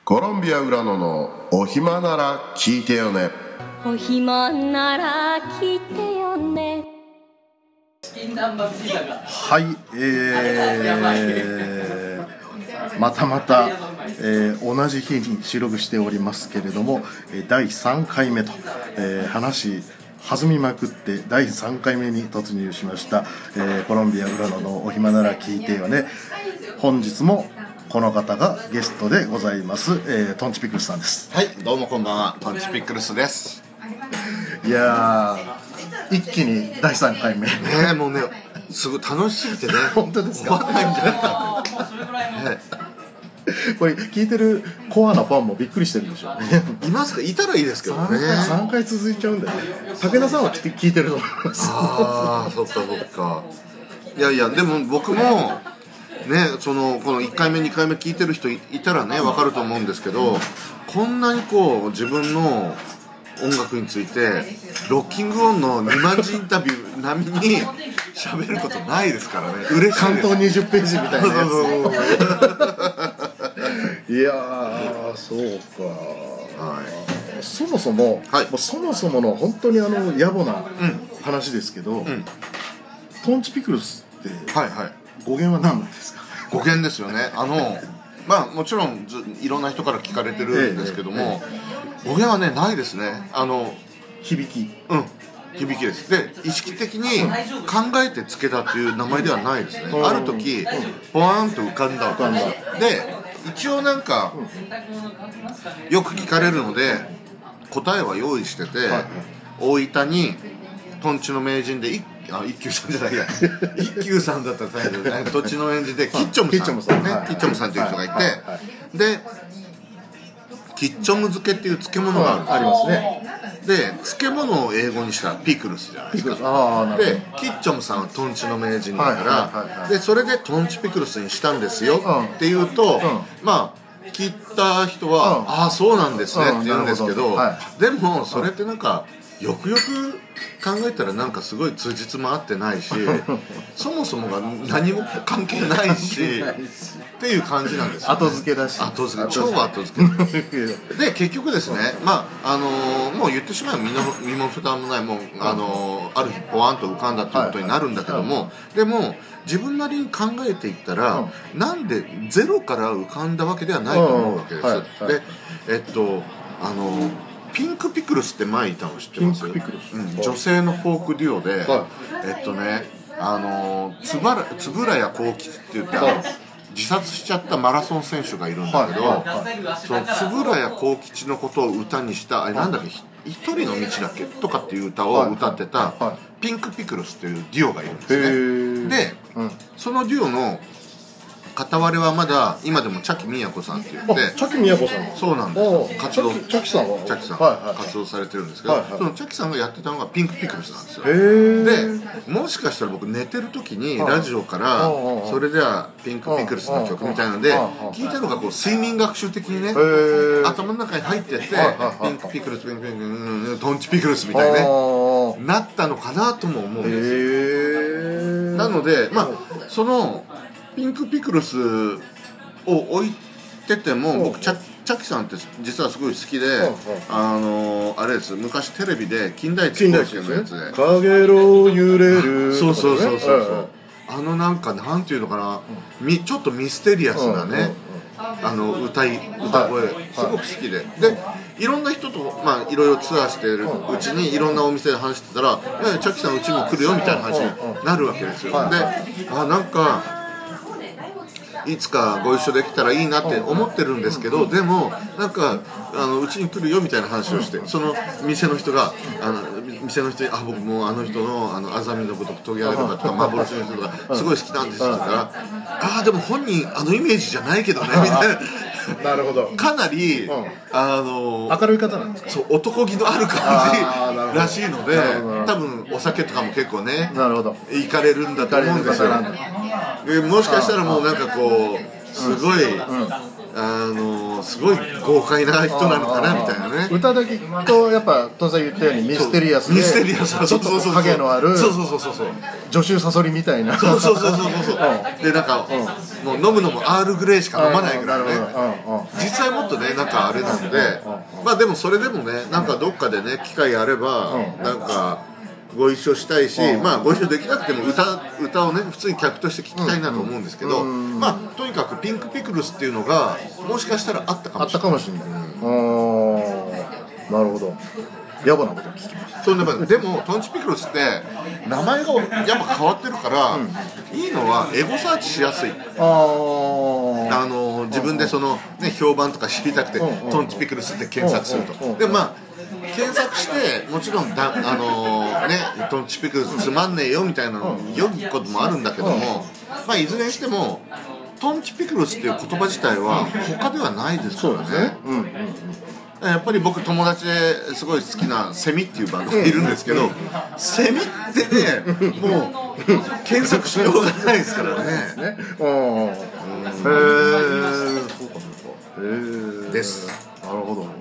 コロンビア浦野のお暇なら聞いてよね。 お暇なら聞いてよね。 はい、またまた、同じ日に収録しておりますけれども、第3回目と、話弾みまくって第3回目に突入しました、コロンビア浦野のお暇なら聞いてよね。本日もこの方がゲストでございます、トンチピクルスさんです。 はい、どうもこんばんは、トンチピクルスです。 いやー、一気に第3回目ね、もうね、すごい楽しすぎてね本当ですか？ 終わんないんじゃないかこれ聞いてるコアなファンもびっくりしてるんでしょうね。 いますか？いたらいいですけどね。 3回続いちゃうんだよね。武田さんは聞いてると思います。 ああ、そっかそっか。いやいや、でも僕もね、この1回目2回目聞いてる人いたらね、分かると思うんですけど、こんなにこう自分の音楽についてロッキングオンの2万字インタビュー並みに喋ることないですからね。嬉しいです。 関東20ページみたいなやつ。いやー、そうか、はい、そもそも、はい、もうそもそもの本当に野暮な話ですけど、トンチピクルスって、はいはい、語源は何なんですか？ 語源ですよね。まあもちろんいろんな人から聞かれてるんですけども、語源はね、ないですね。 響き、 響きです。で、意識的に考えてつけたという名前ではないですね。ある時ポワーンと浮かんだわけですよ。で、一応なんかよく聞かれるので答えは用意してて、大分にとんちの名人で一休さんじゃないや一休さんだったら大変ですね。とちの名人でキッチョムさん、キッチョムさんという人がいて、でキッチョム漬けっていう漬物があるんですよ。 ありますね。 で、漬物を英語にしたらピクルスじゃないですか。で、キッチョムさんはトンチの名人だから、でそれでトンチピクルスにしたんですよっていうと、まあ聞いた人はああそうなんですねって言うんですけど、でもそれってなんかよくよく考えたらなんかすごい通じつも合ってないしそもそもが何も関係ないしっていう感じなんですよね。 後付けだし、 後付け、超後付けで結局ですね、まあもう言ってしまえば身も蓋もない、もうある日ポワンと浮かんだっていうことになるんだけども、でも自分なりに考えていったら、なんでゼロから浮かんだわけではないと思うわけです。で、ピンクピクルスって前いたの知ってます？女性のフォークデュオで、円谷幸吉って言って自殺しちゃったマラソン選手がいるんだけど、その円谷幸吉のことを歌にしたなんだっけ、一人の道だっけとかっていう歌を歌ってたピンクピクルスっていうデュオがいるんですね。で、そのデュオの片割れはまだ今でもチャキミヤコさんって言って、 チャキミヤコさん、 そうなんです。活動、 チャキさん活動されてるんですけど、そのチャキさんがやってたのがピンクピクルスなんですよ。で、もしかしたら僕寝てる時にラジオからそれではピンクピクルスの曲みたいなので聞いたのがこう睡眠学習的にね、頭の中に入ってて、ピンクピクルス、ピンクピクルス、トンチピクルスみたいなね、なったのかなとも思うんですよ。なので、まあそのピンクピクルスを置いてても、僕チャキさんって実はすごい好きで、あれです、昔テレビで金田一耕助のやつでかげろう揺れる、 そうなんかなんていうのかな、ちょっとミステリアスなね、歌声すごく好きで、いろんな人とまあいろいろツアーしてるうちにいろんなお店で話してたら、チャキさんうちにも来るよみたいな話になるわけですよ。で、なんかいつかご一緒できたらいいなって思ってるんですけど、でもなんかうちに来るよみたいな話をして、その店の人がに僕もあの人のあざみのことトゲアゲとか幻の人とかすごい好きなんですって言ったら、でも本人イメージじゃないけどねみたいな。 なるほど。 かなり、 明るい方なんですか？ そう、男気のある感じらしいので、多分お酒とかも結構ね、行かれるんだと思うんですよ。もしかしたらもうなんかこうすごいすごい豪快な人なのかなみたいなね。 歌だけとやっぱ父さん言ったようにミステリアスで、 ミステリアスな、 ちょっと影のある、 助手サソリみたいな、 そうでなんか、もう飲むのもアールグレイしか飲まないぐらいね。実際もっとねなんかあれなので、まあでもそれでもねなんかどっかでね機会あればなんかご一緒したいし、まあご一緒できなくても歌をね普通に客として聴きたいなと思うんですけど、まあとにかくピンクピクルスっていうのがもしかしたらあったかもしれない。 なるほど。野暮なこと聞きました。 そんなでもトンチピクルスって名前がやっぱ変わってるから、いいのはエゴサーチしやすい。自分でその、ね、評判とか知りたくて、トンチピクルスって検索すると。でまあ検索してもちろんトンチピクルスつまんねえよみたいなのを読むこともあるんだけども、まあいずれにしてもトンチピクルスっていう言葉自体は他ではないですからね。やっぱり僕友達ですごい好きなセミっていうバンドがいるんですけど、セミってねもう検索しようがないですからね。です。 なるほど。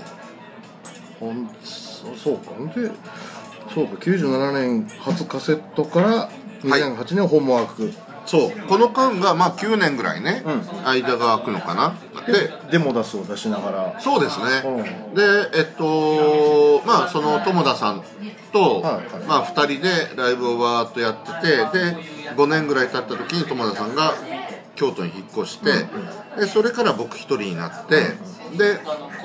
そうか。で、そうか。97年初カセットから2008年ホームワーク。 そうこの間がまあ9年ぐらいね、間が空くのかな。でデモダスを出しながら。 そうですね。でまあその友田さんと、まあ2人でライブをわーっとやってて、で5年ぐらい経った時に友田さんが京都に引っ越して、でそれから僕一人になって、で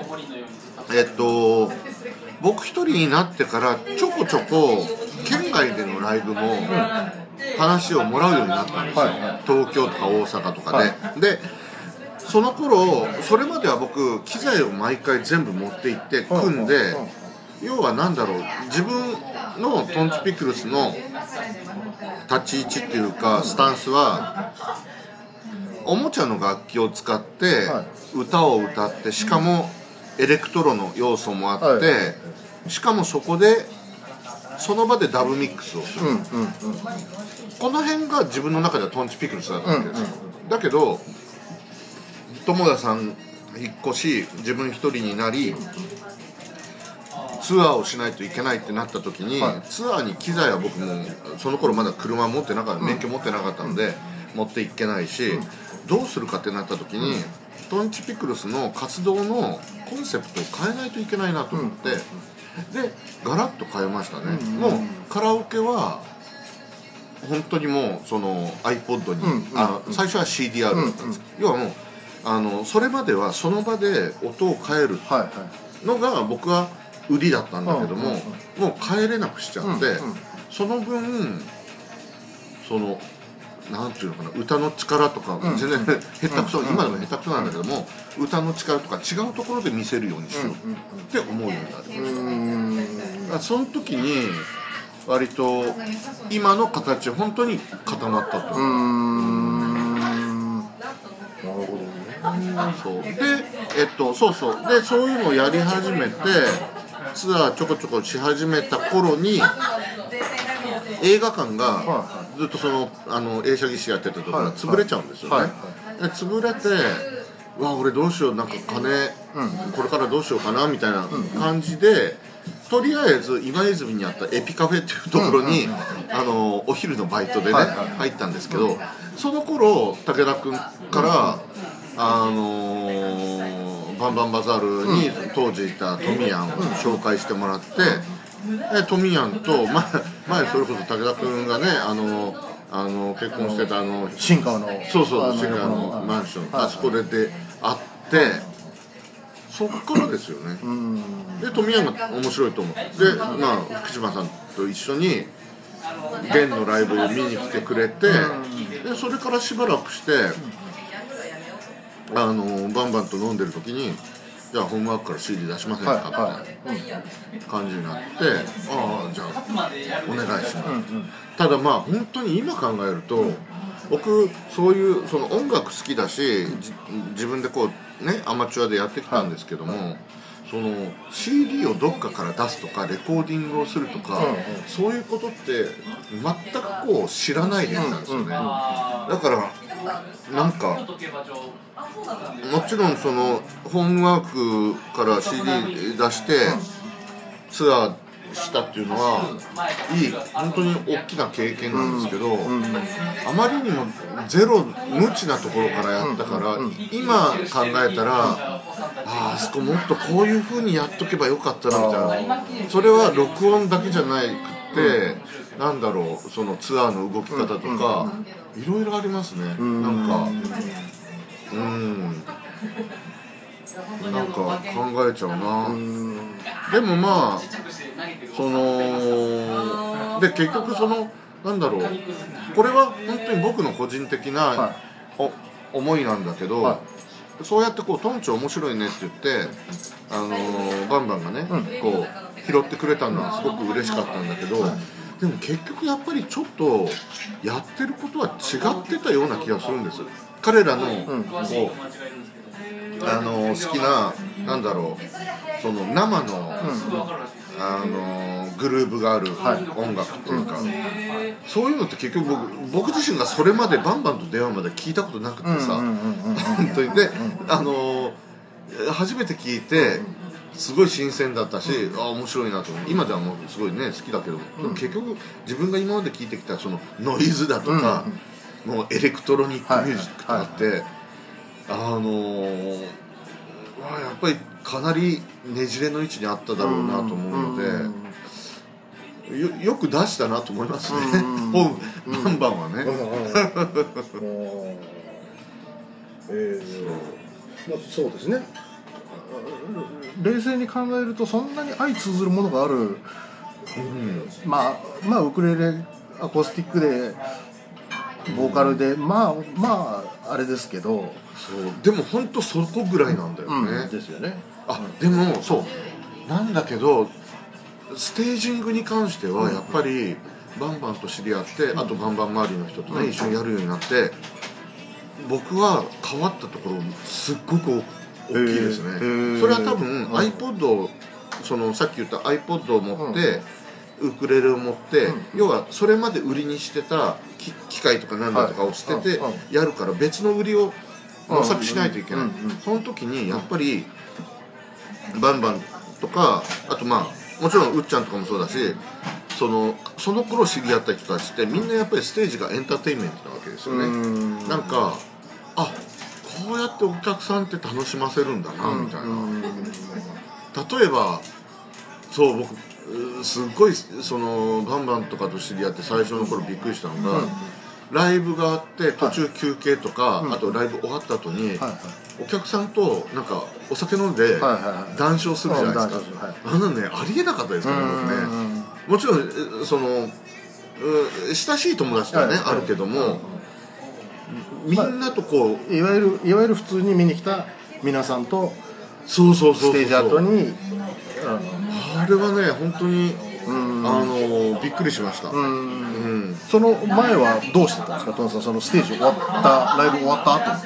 僕一人になってからちょこちょこ県外でのライブも話をもらうようになったんですよ、東京とか大阪とかで、でその頃それまでは僕機材を毎回全部持って行って組んで、要はなんだろう、自分のトンチピクルスの立ち位置っていうかスタンスはおもちゃの楽器を使って歌を歌って、しかもエレクトロの要素もあって、しかもそこでその場でダブミックスをする、この辺が自分の中ではトンチピクルスだったわけですよ。だけど友田さん引っ越し自分一人になりツアーをしないといけないってなった時に、ツアーに機材は僕もその頃まだ車持ってなかった、免許持ってなかったので持っていけないし、どうするかってなった時にトンチピクルスの活動のコンセプトを変えないといけないなと思って、でガラッと変えましたね。もうカラオケは本当にもうその iPod に、最初は CDR だったんです、要はもうそれまではその場で音を変えるのが僕は売りだったんだけども、もう変えれなくしちゃって、その分そのなんていうのかな、歌の力とか全然下手くそ、今でも下手くそなんだけども、歌の力とか違うところで見せるようにしようって思うようになりました。その時に割と今の形本当に固まったと。 なるほどね。 そうででそういうのをやり始めてツアーちょこちょこし始めた頃に映画館がずっとその映写技師やってたところが潰れちゃうんですよね。で潰れて、わ俺どうしよう、なんか金、これからどうしようかなみたいな感じで、とりあえず今泉にあったエピカフェっていうところにお昼のバイトでね入ったんですけど、その頃武田君からバンバンバザールに当時いたトミヤンを紹介してもらって、トミヤンと前それこそ武田君がね結婚してた新川の新川のマンション、あそこで会って、そっからですよね。でトミヤンが面白いと思って、で福島さんと一緒に弦のライブを見に来てくれて、でそれからしばらくしてバンバンと飲んでる時に、じゃあホームワークから CD 出しませんかみたいな感じになって、ああじゃあお願いします、ただ本当に今考えると、僕そういうその音楽好きだし、自分でこうねアマチュアでやってきたんですけども、その CD をどっかから出すとかレコーディングをするとか、そういうことって全くこう知らないできたんですよね。だからなんかもちろんそのホームワークから CD 出してツアーしたっていうのはいい本当に大きな経験なんですけど、あまりにもゼロ無知なところからやったから、今考えたらあそこもっとこういう風にやっとけばよかったなみたいな、それは録音だけじゃなくて、なんだろう、そのツアーの動き方とかいろいろありますね。なんかなんか考えちゃうな。でもまあそので結局そのなんだろう、これは本当に僕の個人的な、思いなんだけど、そうやってこうトンチ面白いねって言ってバンバンがね、こう拾ってくれたのはすごく嬉しかったんだけど、でも結局やっぱりちょっとやってることは違ってたような気がするんです。彼らのこう好きななんだろう、その生の、グルーヴがある音楽っていうか、そういうのって結局僕自身がそれまでバンバンと出会うまで聞いたことなくてさ、本当にで初めて聞いてすごい新鮮だったし、面白いなと思う。今ではもうすごいね好きだけど、でも結局自分が今まで聞いてきたそのノイズだとか、もうエレクトロニックミュージックとかって、やっぱりかなりねじれの位置にあっただろうなと思うので、よく出したなと思いますね。バンバンはね。 そうですね。冷静に考えるとそんなに相通ずるものがある、まあウクレレアコースティックでボーカルでまああれですけど、 そうでも本当そこぐらいなんだよね。 ですよね。 でもそうなんだけど、ステージングに関してはやっぱりバンバンと知り合って、あとバンバン周りの人とね、一緒にやるようになって、僕は変わったところすっごく大きいですね。それは多分 iPod をそのさっき言った iPod を持って、ウクレレを持って、要はそれまで売りにしてた機械とか何だとかを捨ててやるから、別の売りを模索しないといけない。その時にやっぱりバンバンとか、あとまあもちろんうっちゃんとかもそうだし、その頃知り合った人たちってみんなやっぱりステージがエンターテインメントなわけですよね。なんかこうやってお客さんって楽しませるんだなみたいな。例えばそう僕すっごいそのバンバンとかと知り合って最初の頃びっくりしたのが、ライブがあって途中休憩とか、あとライブ終わった後にお客さんとなんかお酒飲んで談笑するじゃないですか。あのね、ありえなかったですからね、僕ね。もちろんその親しい友達とはねあるけども、みんなとこういわゆる普通に見に来た皆さんとステージ後にあれはね本当にびっくりしました。 その前はどうしてたんですか、トンさん。そのステージ終わったライブ終わった後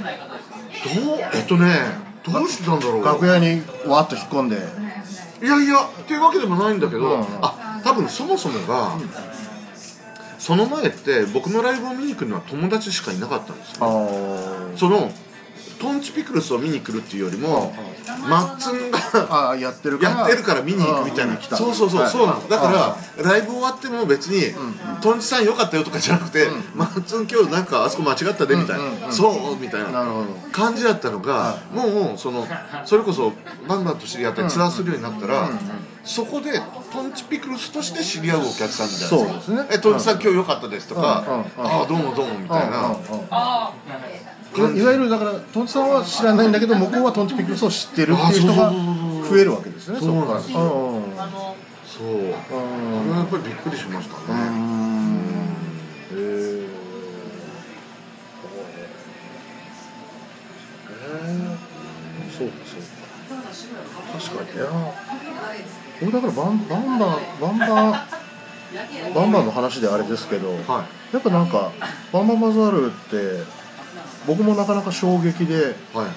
どうしてたんだろう。 楽屋にわーっと引っ込んで、 いやっていうわけでもないんだけど、多分そもそもが、その前って僕のライブを見に来るのは友達しかいなかったんですよ。そのトンチピクルスを見に来るっていうよりも、マッツンがやってるから見に行くみたいな。そうなんです。だからライブ終わっても別にトンチさん良かったよとかじゃなくて、マッツン今日なんかあそこ間違ったでみたいな、そうみたいな感じだったのが、もうそれこそバンバンと知り合ってツアーするようになったら、そこでトンチピクルスとして知り合うお客さんみたいな。 そうですね。 トンチさん今日良かったですとか、どうもみたいな。 いわゆるだからトンチさんは知らないんだけど、向こうはトンチピクルスを知ってるっていう人が増えるわけですね。 そうなんですよ。そう。やっぱりびっくりしましたね。 そう確かにね。僕だからバンバンの話であれですけど、やっぱなんかバンバンバザールって僕もなかなか衝撃で、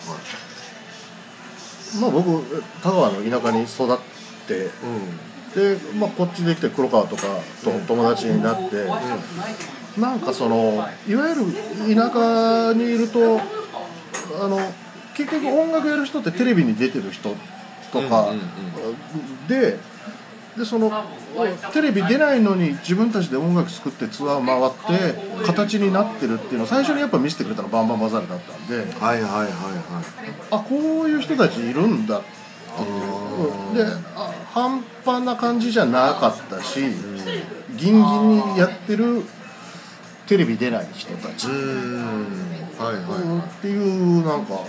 まあ僕田川の田舎に育って、で、まあ、こっちで来て黒川とかと友達になって、 なんかそのいわゆる田舎にいると結局音楽やる人ってテレビに出てる人とかでそのテレビ出ないのに自分たちで音楽作ってツアー回って形になってるっていうのを最初にやっぱ見せてくれたのバンバンバザールだったんで、 はいはいはいはい、 あ、こういう人たちいるんだっていうで、半端な感じじゃなかったし、ギンギンにやってるテレビ出ない人たち、はいはい、っていうなんか、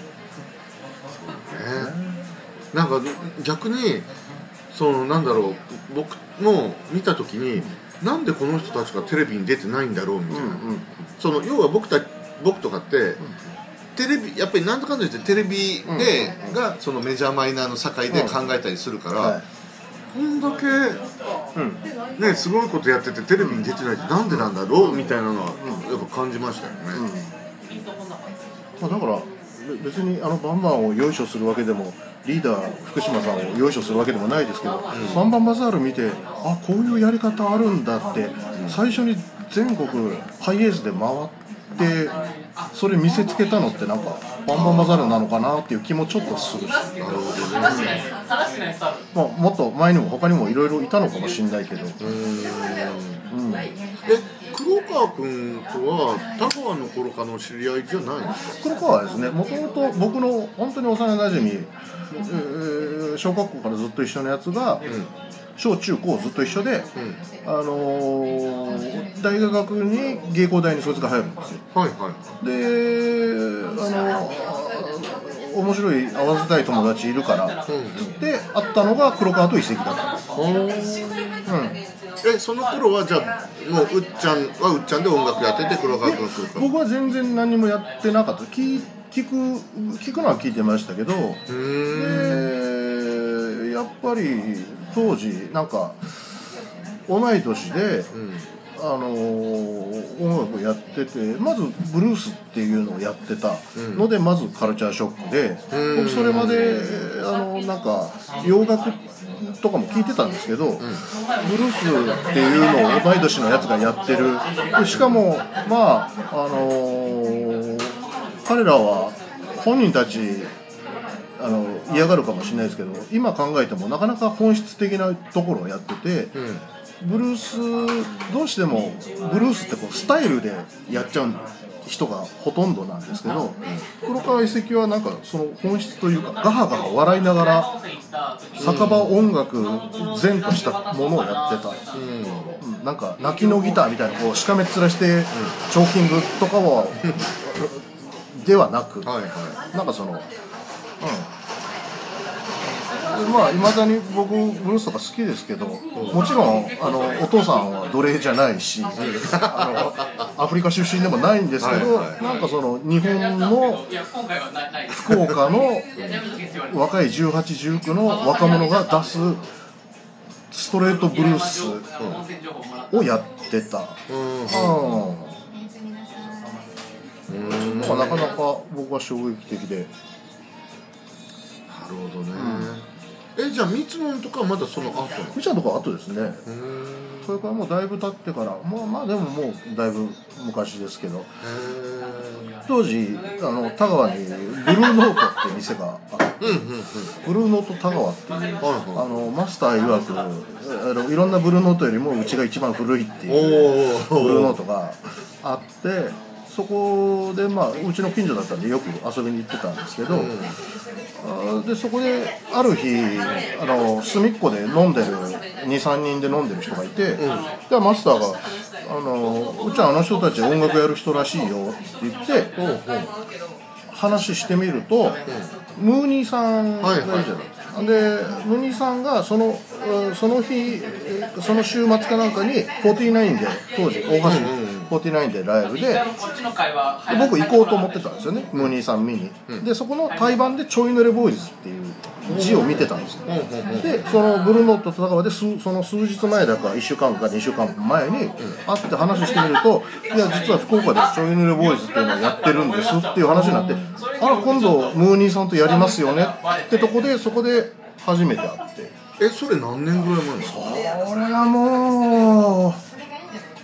なんか逆にそのなんだろう、僕も見た時になんでこの人たちがテレビに出てないんだろうみたいな、その要は僕とかって、テレビやっぱりなんとかんと言ってテレビでがそのメジャーマイナーの境で考えたりするから、こんだけ、ね、すごいことやっててテレビに出てないってなんでなんだろうみたいなのはやっぱ感じましたよね。 だから別にバンバンをよいしょするわけでもリーダー福島さんをよいしょするわけでもないですけど、バンバンバザール見て、あ、こういうやり方あるんだって最初に全国ハイエースで回ってそれ見せつけたのってなんかバンバンバザールなのかなっていう気もちょっとするし、もっと前にも他にもいろいろいたのかもしれないけど、 黒川君とは田川の頃からの知り合いじゃないんですか？ 黒川はですね、もともと僕の本当に幼なじみ、小学校からずっと一緒のやつが、小中高ずっと一緒で、大学に芸工大にそいつが入るんですよ。はいはい、で面白い会わせたい友達いるからつって会ったのが黒川と遺跡だったんです。 その頃はじゃあもううっちゃんはうっちゃんで音楽やってて黒川君は僕は全然何もやってなかった。聞くのは聞いてましたけど、でやっぱり当時なんか同い年で、音楽やってて、まずブルースっていうのをやってたので、まずカルチャーショックで、僕それまでなんか洋楽とかも聞いてたんですけど、ブルースっていうのを同い年のやつがやってる。でしかもまあ彼らは本人たち嫌がるかもしれないですけど、今考えてもなかなか本質的なところをやってて、ブルースどうしてもブルースってこうスタイルでやっちゃう人がほとんどなんですけど、黒川遺跡はなんかその本質というかガハガハ笑いながら酒場音楽前としたものをやってた、なんか泣きのギターみたいなこうしかめっ面してチョーキングとかはではなく、なんかそのまあ、未だに僕ブルースとか好きですけど、もちろんお父さんは奴隷じゃないしアフリカ出身でもないんですけど、なんかその日本の福岡の若い18、19の若者が出すストレートブルースをやってた。なかなか僕は衝撃的で。 なるほどね。じゃあ三つのとかはまだその後？ 三つのとかは後ですね。それからもうだいぶ経ってから、まあでももうだいぶ昔ですけど、当時田川にブルーノートって店があって、ブルーノート田川っていうマスター曰くいろんなブルーノートよりもうちが一番古いっていうブルーノートがあって、そこでうちの近所だったんでよく遊びに行ってたんですけど、でそこである日隅っこで飲んでる 2,3 人で飲んでる人がいて、でマスターがうちはあの人たち音楽やる人らしいよって言って話してみると、ムーニーさんがいるじゃないですか。でムーニーさんがその日その週末かなんかに49で当時大橋49でライブで僕行こうと思ってたんですよね、ムーニーさん見に。でそこの対バンでちょい濡れボーイズっていう字を見てたんですよ。でそのブルーノート田川でその数日前だか1週間か2週間前に会って話してみると、いや実は福岡でちょい濡れボーイズっていうのをやってるんですっていう話になって、今度ムーニーさんとやりますよねってとこでそこで初めて会って。 それ何年ぐらい前ですか？ それはもう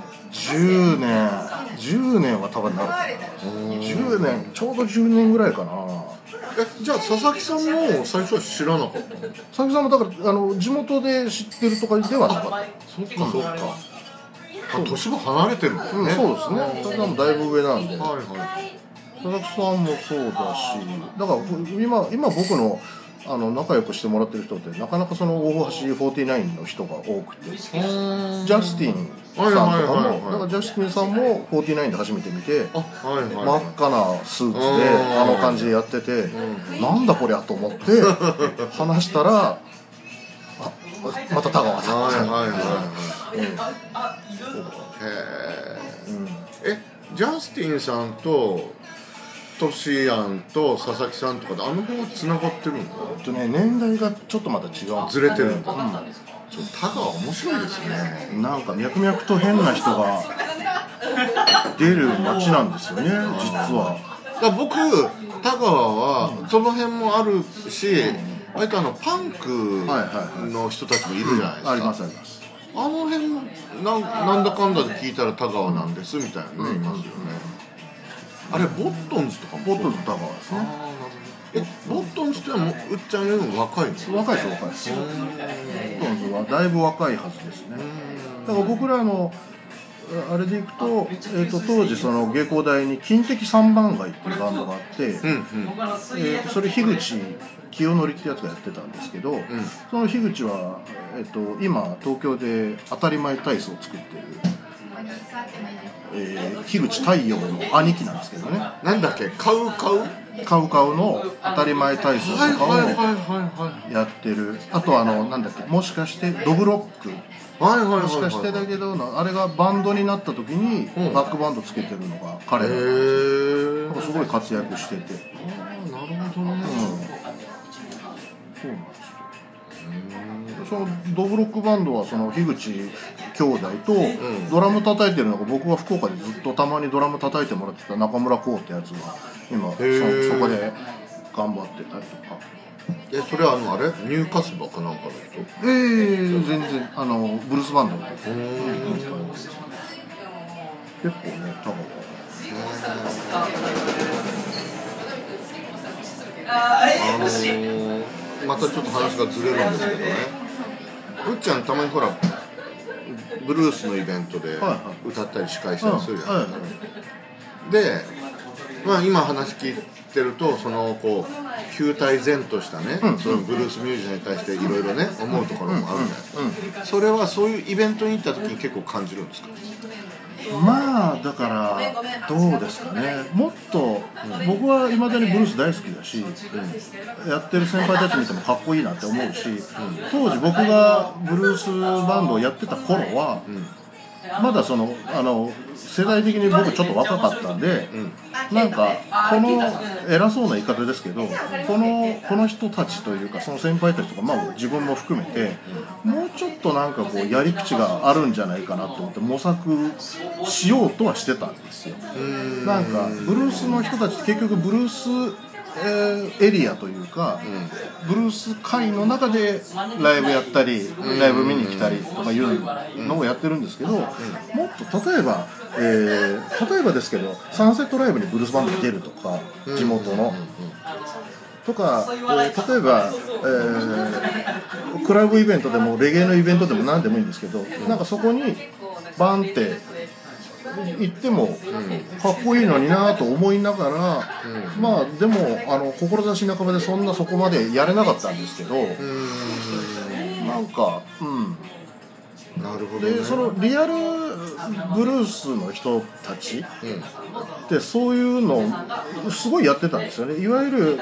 10年は多分なるかな。10年、ちょうど10年ぐらいかな。 じゃあ佐々木さんも最初は知らなかったの？ 佐々木さんもだから地元で知ってるとかではなかった。 そっかそっか。年も離れてるもんね。 そうですね。佐々木さんもだいぶ上なんで。 はいはい。 佐々木さんもそうだし、だから今僕の仲良くしてもらってる人ってなかなかその大橋49の人が多くて、ジャスティンさんとかも、だからジャスティンさんも49で初めて見て、真っ赤なスーツで感じでやってて、なんだこりゃと思って話したら、また田川さん。 ジャスティンさんとトシアンと佐々木さんとかで辺は繋がってるんだ。 年代がちょっとまた違う。 ずれてるんだ。田川面白いですね。 なんか脈々と変な人が出る街なんですよね、実は。 だ僕田川はその辺もあるし、割とパンクの人たちもいるじゃないですか。 ありますあります。 辺なんだかんだで聞いたら田川なんですみたいなね、いますよね。あれボットンズとかも。 ボットンズ田川ですね。 ボットンズってのはうっちゃんよりも若いんですか？ 若いです若いです。ボットンズはだいぶ若いはずですね。だから僕らあれでいくと、当時その芸工大に金的三番街っていうバンドがあって、それ樋口清則ってやつがやってたんですけど、その樋口は、今東京で当たり前体操を作ってる、樋口太陽の兄貴なんですけどね。 なんだっけ、カウの当たり前体操とかをやってる。あとなんだっけ、もしかしてドブロック、もしかしてだけどあれがバンドになった時にバックバンドつけてるのが彼なんですよ。すごい活躍してて。 なるほどね。 そうなんですよ。そのドブロックバンドはその樋口兄弟とドラム叩いてるのが、僕が福岡でずっとたまにドラム叩いてもらってた中村光ってやつが今そこで頑張ってたりとか。 それはあれニューカスバかなんかの人？ 全然ブルースバンドの結構ね、多分またちょっと話がずれるんですけどね、うっちゃんたまにほらブルースのイベントで歌ったり司会したりするじゃないですか。で、今話聞いてるとその球体然としたね、そのブルースミュージシャンに対していろいろね思うところもあるじゃないですか。それはそういうイベントに行った時に結構感じるんですか？ だからどうですかね。もっと、僕はいまだにブルース大好きだし、やってる先輩たち見てもかっこいいなって思うし、当時僕がブルースバンドをやってた頃は、まだその世代的に僕ちょっと若かったんで、なんかこの偉そうな言い方ですけど、この人たちというかその先輩たちとか、自分も含めてもうちょっとなんかやり口があるんじゃないかなと思って模索しようとはしてたんですよ。なんかブルースの人たちって結局ブルースエリアというか、ブルース界の中でライブやったり、ライブ見に来たりとかいうのをやってるんですけど、もっと例えばですけどサンセットライブにブルースバンドに出るとか、地元のとか、例えば、クラブイベントでもレゲエのイベントでも何でもいいんですけど、なんかそこにバンって行ってもかっこいいのになと思いながら、でも志半ばでそこまでやれなかったんですけど、なんかなるほどね。 でそのリアルブルースの人たちってそういうのをすごいやってたんですよね。いわゆる、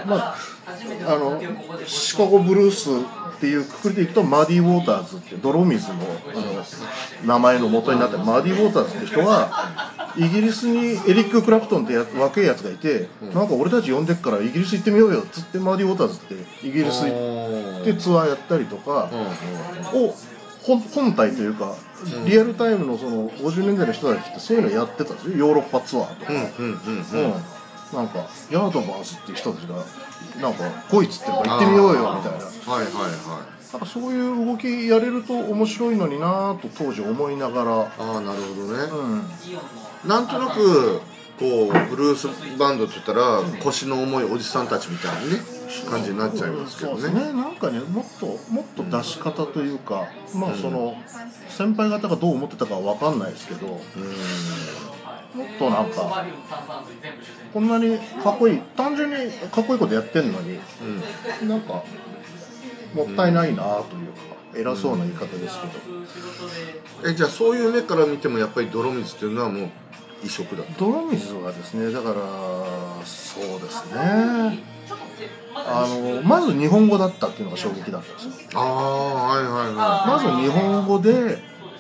シカゴブルースっていうくくりでいくと、マディ・ウォーターズって泥水の、名前の元になったマディ・ウォーターズって人はイギリスにエリック・クラプトンって若いやつがいて、なんか俺たち呼んでっからイギリス行ってみようよっつってマディ・ウォーターズってイギリス行ってツアーやったりとかを本体というかリアルタイムのその50年代の人たちってそういうのやってたんですよ。ヨーロッパツアーとか、なんかヤードバースっていう人たちがなんか来いっつってるから行ってみようよみたいな、 なんかそういう動きやれると面白いのになと当時思いながら。 ああ、なるほどね、なんとなくこうブルースバンドって言ったら腰の重いおじさんたちみたいなね感じになっちゃいますけどね。 そうですね。なんかね、もっと出し方というか、まあその先輩方がどう思ってたかは分かんないですけど、もっとなんかこんなにかっこいい、単純にかっこいいことやってんのに、なんかもったいないなというか、偉そうな言い方ですけど、 じゃあそういう目から見てもやっぱり泥水っていうのはもう異色だ。 泥水はですね、だからそうですね、まず日本語だったっていうのが衝撃だったんですよ。 ああ、はいはいはまず日本語で、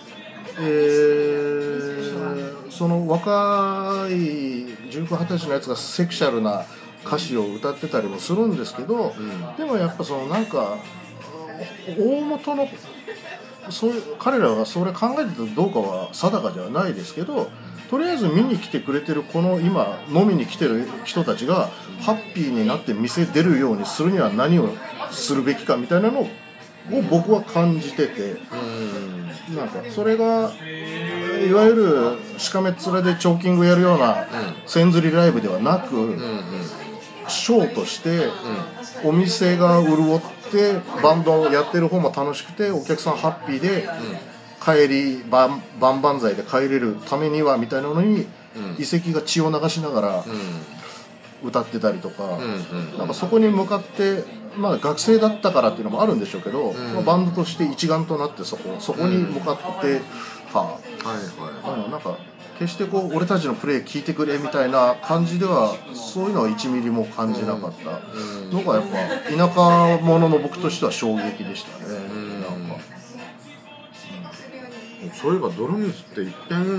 その若い19、20歳のやつがセクシャルな歌詞を歌ってたりもするんですけど、でもやっぱそのなんか大元のそういう彼らがそれ考えてたどうかは定かではないですけど、とりあえず見に来てくれてるこの今飲みに来てる人たちがハッピーになって店出るようにするには何をするべきかみたいなのを僕は感じてて、なんかそれがいわゆるしかめっ面でチョーキングやるような線釣りライブではなく、ショーとしてお店が潤ってバンドをやってる方も楽しくてお客さんハッピーで帰り万々歳で帰れるためにはみたいなのに遺跡が血を流しながら歌ってたりとか、なんかそこに向かって、まあ学生だったからっていうのもあるんでしょうけど、バンドとして一丸となってそこに向かってなんか決してこう俺たちのプレー聞いてくれみたいな感じではそういうのは1ミリも感じなかったのがやっぱ田舎者の僕としては衝撃でしたね。なんかそういえば泥水って一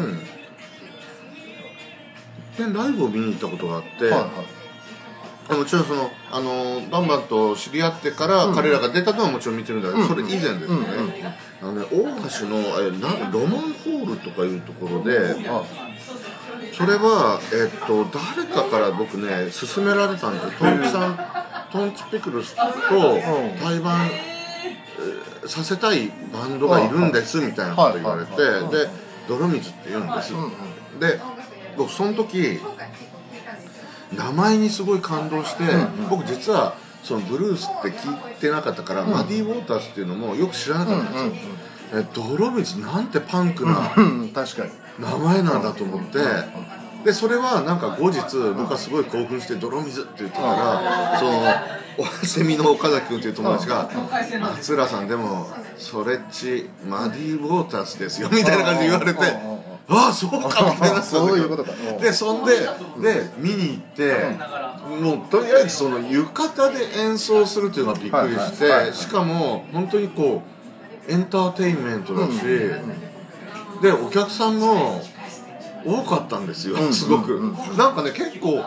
遍ライブを見に行ったことがあって、もちろんそのバンバンと知り合ってから彼らが出たのはもちろん見てるんだけど、それ以前ですね、大橋のロマンホールとかいうところで、それは誰かから僕ね勧められたんですよ。トンチピクルスと対バンさせたいバンドがいるんですみたいなこと言われて、で泥水って言うんです。で僕その時名前にすごい感動して、僕実はそのブルースって聞いてなかったから、マディ・ウォーターズっていうのもよく知らなかったんですよ。泥水なんてパンクな確かに名前なんだと思って、でそれはなんか後日僕はすごい興奮して泥水って言ってたら、そのセミの岡崎君っていう友達が「松浦さんでもそれっちマディ・ウォーターズですよ」みたいな感じで言われて、ああそうかみたいなそういうことか。 でそんで見に行って、もうとりあえずその浴衣で演奏するっていうのがびっくりして、しかも本当にこうエンターテインメントだし、でお客さんも多かったんですよ、すごく。なんかね結構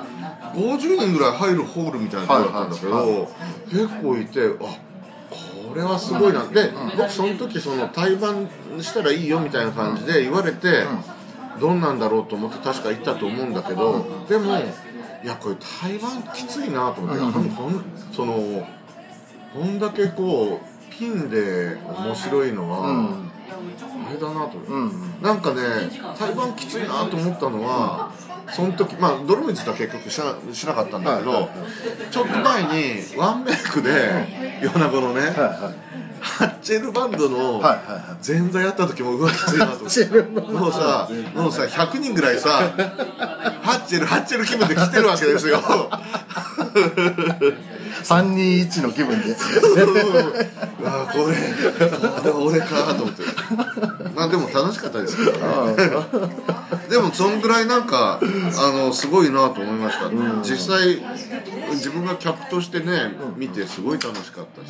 50人ぐらい入るホールみたいなとこだったんだけど、結構いて、これはすごいな。で僕その時その対バンしたらいいよみたいな感じで言われて、どんなんだろうと思って確か行ったと思うんだけど、でもいやこれ対バンきついなと思って、そのこんだけこうピンで面白いのは、あれだなと、なんかね対バンきついなと思ったのは、その時泥水とは結局しなかったんだけど、ちょっと前にワンメイクで米子のね、ハッチェルバンドの前座やった時もうわきついなと思って、もうさ100人ぐらいさハッチェル気分で来てるわけですよ 321の気分でこれ俺かと思って、でも楽しかったですけどねでもそんぐらいなんかすごいなと思いました。実際自分が客としてね見てすごい楽しかったし、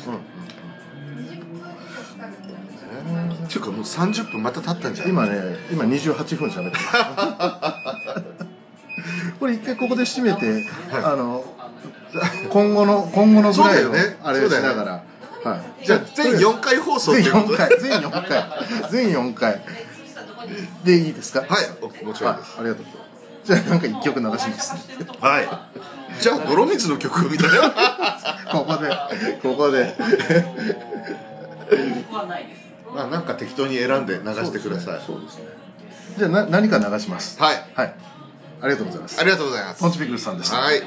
っていうかもう30分また経ったんじゃない？ 今28分喋ってますこれ一回ここで締めて、今後のぐらいをあれしながら、 じゃあ全4回放送っていうことで全4回でいいですか？ はい、もちろんです。 ありがとう。じゃあなんか1曲流します。 はい。じゃあ泥水の曲みたいなここでまあなんか適当に選んで流してください。 そうですね。じゃあ何か流します。 はいはい。ありがとうございます。 ありがとうございます。 トンチピクルスさんでした。 はい。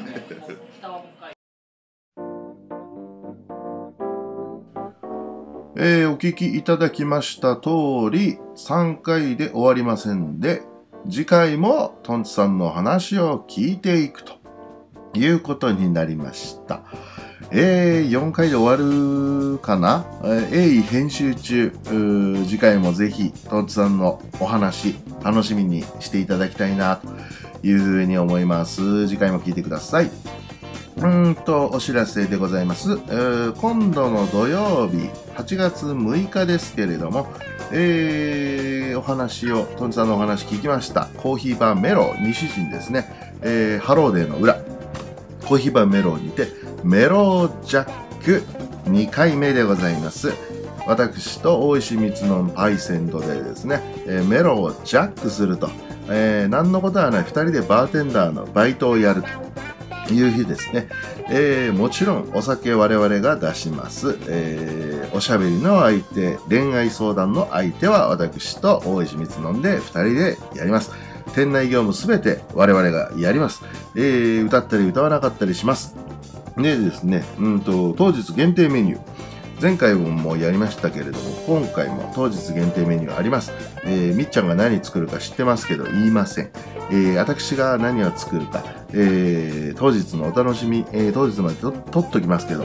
お聞きいただきました通り、3回で終わりませんで、次回もトンチさんの話を聞いていくということになりました。4回で終わるかな。鋭意編集中、次回もぜひトンチさんのお話楽しみにしていただきたいなというふうに思います。次回も聞いてください。お知らせでございます。今度の土曜日、8月6日ですけれども、お話を、トンチさんのお話聞きました。コーヒーバーメロ西陣ですね。ハローデーの裏、コーヒーバーメロにて、メロジャック2回目でございます。私と大石光のパイセントでですね、メロをジャックすると、何のことはない2人でバーテンダーのバイトをやるという日ですね。もちろんお酒我々が出します。おしゃべりの相手、恋愛相談の相手は私と大石光ので2人でやります。店内業務すべて我々がやります。歌ったり歌わなかったりします。でですね、当日限定メニュー。前回もやりましたけれども、今回も当日限定メニューあります。みっちゃんが何作るか知ってますけど言いません。私が何を作るか、当日のお楽しみ、当日まで取っときますけど、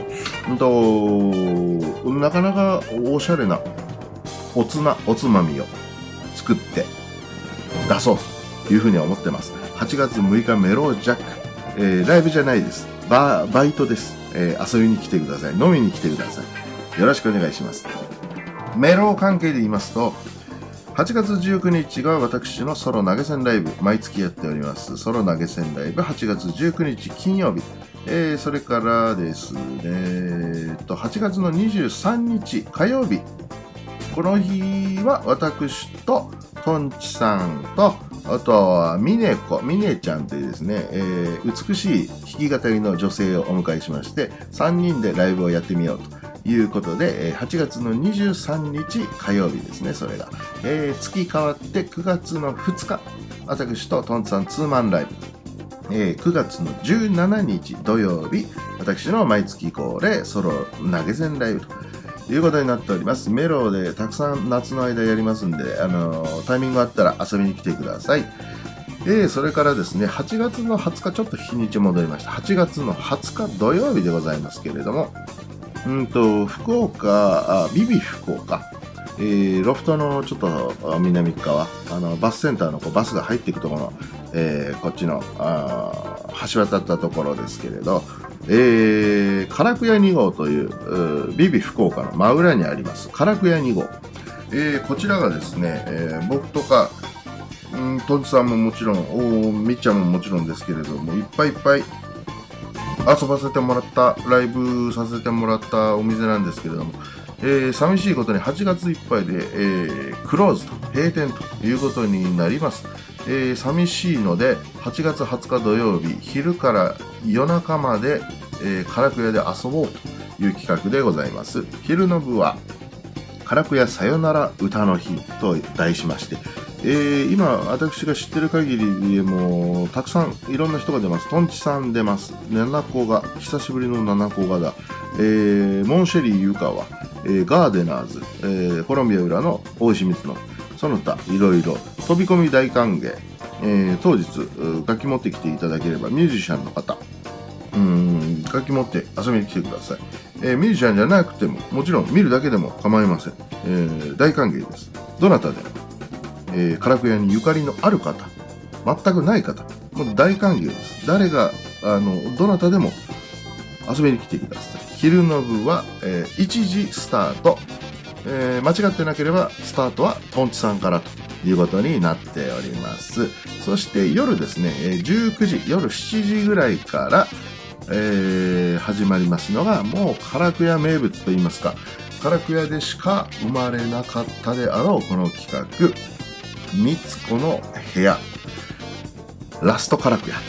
なかなかおしゃれなおつまみを作って出そうというふうには思ってます。8月6日メロジャック、ライブじゃないです。バイトです。遊びに来てください。飲みに来てください。よろしくお願いします。メロ関係で言いますと、8月19日が私のソロ投げ銭ライブ、毎月やっております。ソロ投げ銭ライブ、8月19日金曜日。それからですね、8月の23日火曜日。この日は私とトンチさんと、あとはミネちゃんというですね、美しい弾き語りの女性をお迎えしまして、3人でライブをやってみようということで、8月の23日火曜日ですね、それが。月変わって9月の2日、私とトンツさんツーマンライブ。9月の17日土曜日、私の毎月恒例ソロ投げ銭ライブということになっております。メロでたくさん夏の間やりますんで、タイミングあったら遊びに来てください。それからですね、8月の20日、ちょっと日にち戻りました。8月の20日土曜日でございますけれども、福岡、ビビ福岡、ロフトのちょっと南側、バスセンターのバスが入っていくところの、こっちの橋渡ったところですけれど、唐久屋2号というビビ福岡の真裏にあります唐久屋2号、こちらがですね、僕とかトンツさんももちろんみっちゃんももちろんですけれども、いっぱい遊ばせてもらった、ライブさせてもらったお店なんですけれども、寂しいことに8月いっぱいで、クローズと閉店ということになります。寂しいので8月20日土曜日昼から夜中まで、唐久屋で遊ぼうという企画でございます。昼の部は唐久屋さよなら歌の日と題しまして、今私が知ってる限りでもたくさんいろんな人が出ます。トンチさん出ます。七子が久しぶりの七子がだ、モンシェリーゆかは、ガーデナーズ、コロンビア裏の大石光のその他いろいろ飛び込み大歓迎、当日楽器持ってきていただければミュージシャンの方楽器持って遊びに来てください。ミュージシャンじゃなくてももちろん見るだけでも構いません。大歓迎です。どなたでも、唐久屋にゆかりのある方、全くない方もう大歓迎です。誰がどなたでも遊びに来てください。昼の部は、1時スタート、間違ってなければスタートはトンチさんからということになっております。そして夜ですね、19時夜7時ぐらいから、始まりますのがもう唐久屋名物といいますか、唐久屋でしか生まれなかったであろうこの企画、みつこの部屋ラスト唐久屋、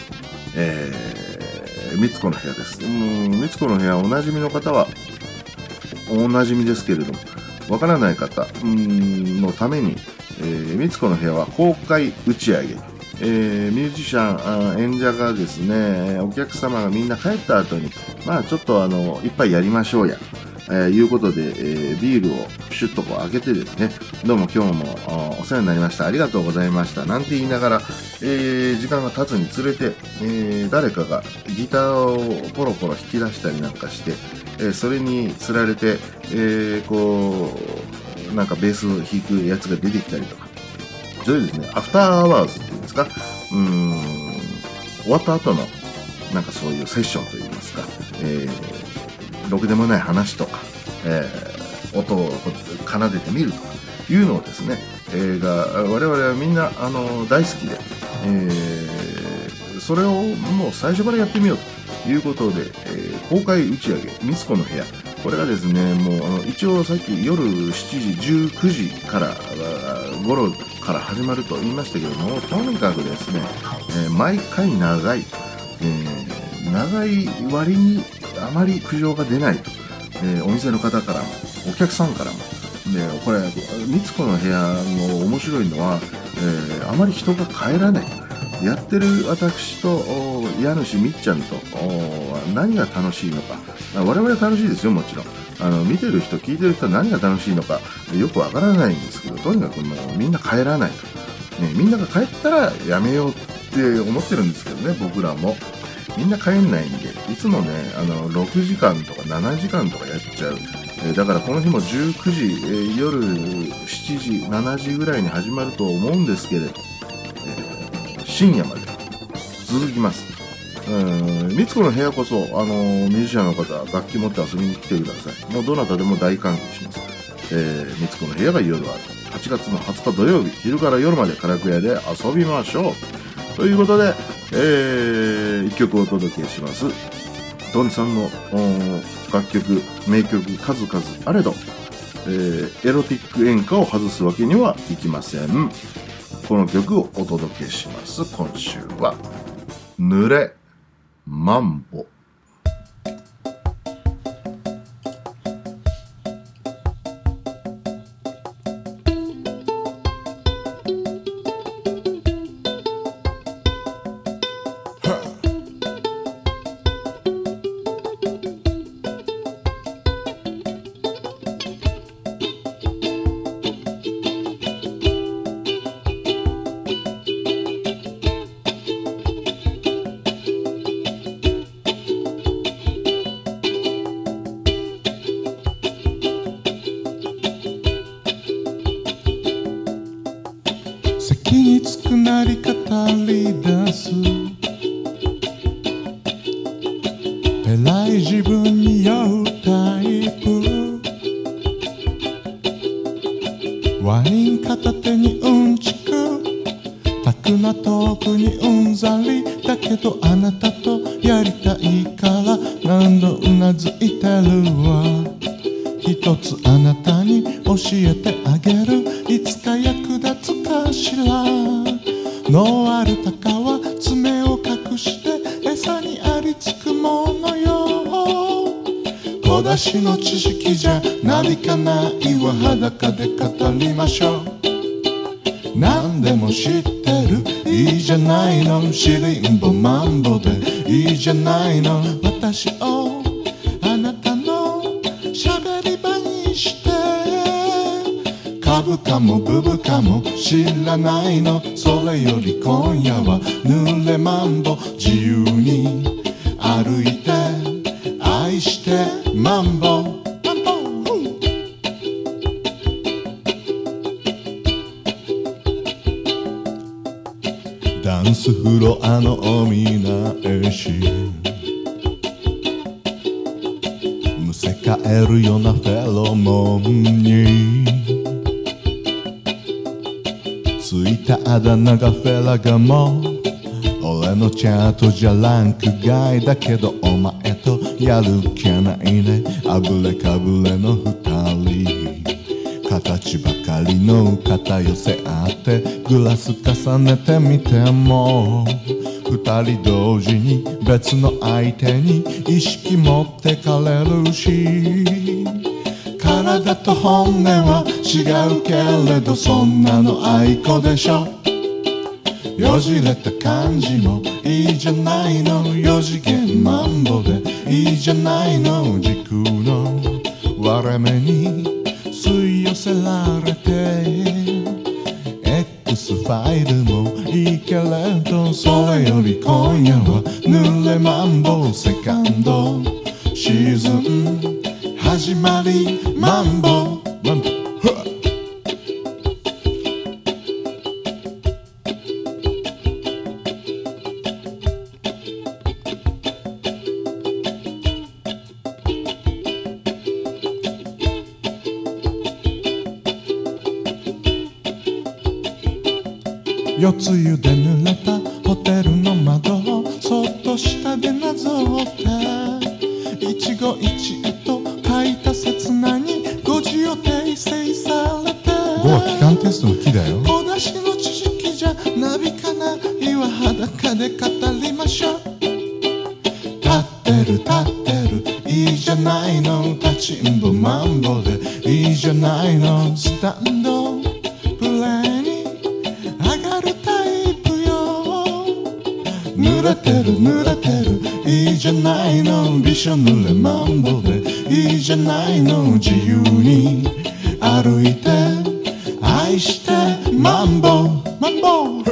みつこの部屋です。みつこの部屋おなじみの方はおなじみですけれども、 わからない方のために、みつこの部屋は公開打ち上げ、ミュージシャン、演者がですね、お客様がみんな帰った後に、まあちょっと一杯やりましょうや、いうことで、ビールをプシュッとこう開けてですね、どうも今日もお世話になりました、ありがとうございました、なんて言いながら、時間が経つにつれて、誰かがギターをポロポロ弾き出したりなんかして、それにつられて、こう、なんかベースを弾くやつが出てきたりとか、それですね、アフターアワーズっていうんですか、終わった後の、なんかそういうセッションといいますか、ろくでもない話とか、音を奏でてみるとかいうのをですね、我々はみんな大好きで、それをもう最初からやってみようということで、公開打ち上げみつこの部屋、これがですね、もう一応さっき夜7時19時から頃から始まると言いましたけども、とにかくですね、毎回長い、長い割にあまり苦情が出ないと、お店の方からもお客さんからもで、これみつこの部屋の面白いのは、あまり人が帰らない、やってる私と家主みっちゃんと何が楽しいのか、我々は楽しいですよ、もちろん見てる人聞いてる人は何が楽しいのかよくわからないんですけど、とにかくもうみんな帰らないと、みんなが帰ったらやめようって思ってるんですけどね、僕らもみんな帰んないんで、いつもね6時間とか7時間とかやっちゃう、だからこの日も19時、夜7時7時ぐらいに始まると思うんですけれど、深夜まで続きます。みつこの部屋こそミュージシャンの方楽器持って遊びに来てください。もうどなたでも大歓迎します。みつこの部屋が夜ある8月の20日土曜日、昼から夜までカラク屋で遊びましょうということで、一曲お届けします。ドンさんの楽曲名曲数々あれど、エロティック演歌を外すわけにはいきません。この曲をお届けします。今週は濡れマンボ。 席に着くなり語り出す偉い自分に酔うタイプ、ワイン片手にうんちく、たくな遠くにうんざりだけどあなたとやりたいから何度うなずいてるわ。一つあなたに教えてあげる、いつか役立つかしら。ノアルタカは爪を隠して餌にありつくものよ。小出しの知識じゃなびかないわ、裸で語りましょう。何でも知ってる、いいじゃないの、シリンボマンボでいいじゃないの。私をあなたの喋り場にして、株かもブブかも知らないの。それより今夜は濡れマンボ、自由に歩いて愛してマンボマンボ。ダンスフロアのおみなえし、むせ返るようなフェロモンについたあだ名がフェラガモ。俺のチャートじゃランク外だけどお前とやる気ないね。あぶれかぶれの二人、形ばかりの肩寄せ合ってグラス重ねてみても、二人同時に別の相手に意識持ってかれるし、空体と本音は違うけれどそんなの愛子でしょ。よじれた感じもいいじゃないの、四次元マンボでいいじゃないの、時空の割れ目に吸い寄せられて X ファイルもいいけれど、それより今夜は濡れマンボセカンドシーズン始まり、マンボマンボ夜露で濡れたホテルの窓をそっと下でなぞって一期一会と書いた刹那に語字を訂正されて、語は機関テストの木だよ。小出しの知識じゃなびかないは裸で語りましょう。立ってる立ってるいいじゃないの、立ちんぼマンボでいいじゃないの、スタンドプレーに上がるタイプよ。濡れてる濡れてるいいじゃないの、びしょ濡れマンボでいいじゃないの、自由に歩いて愛してマンボマンボ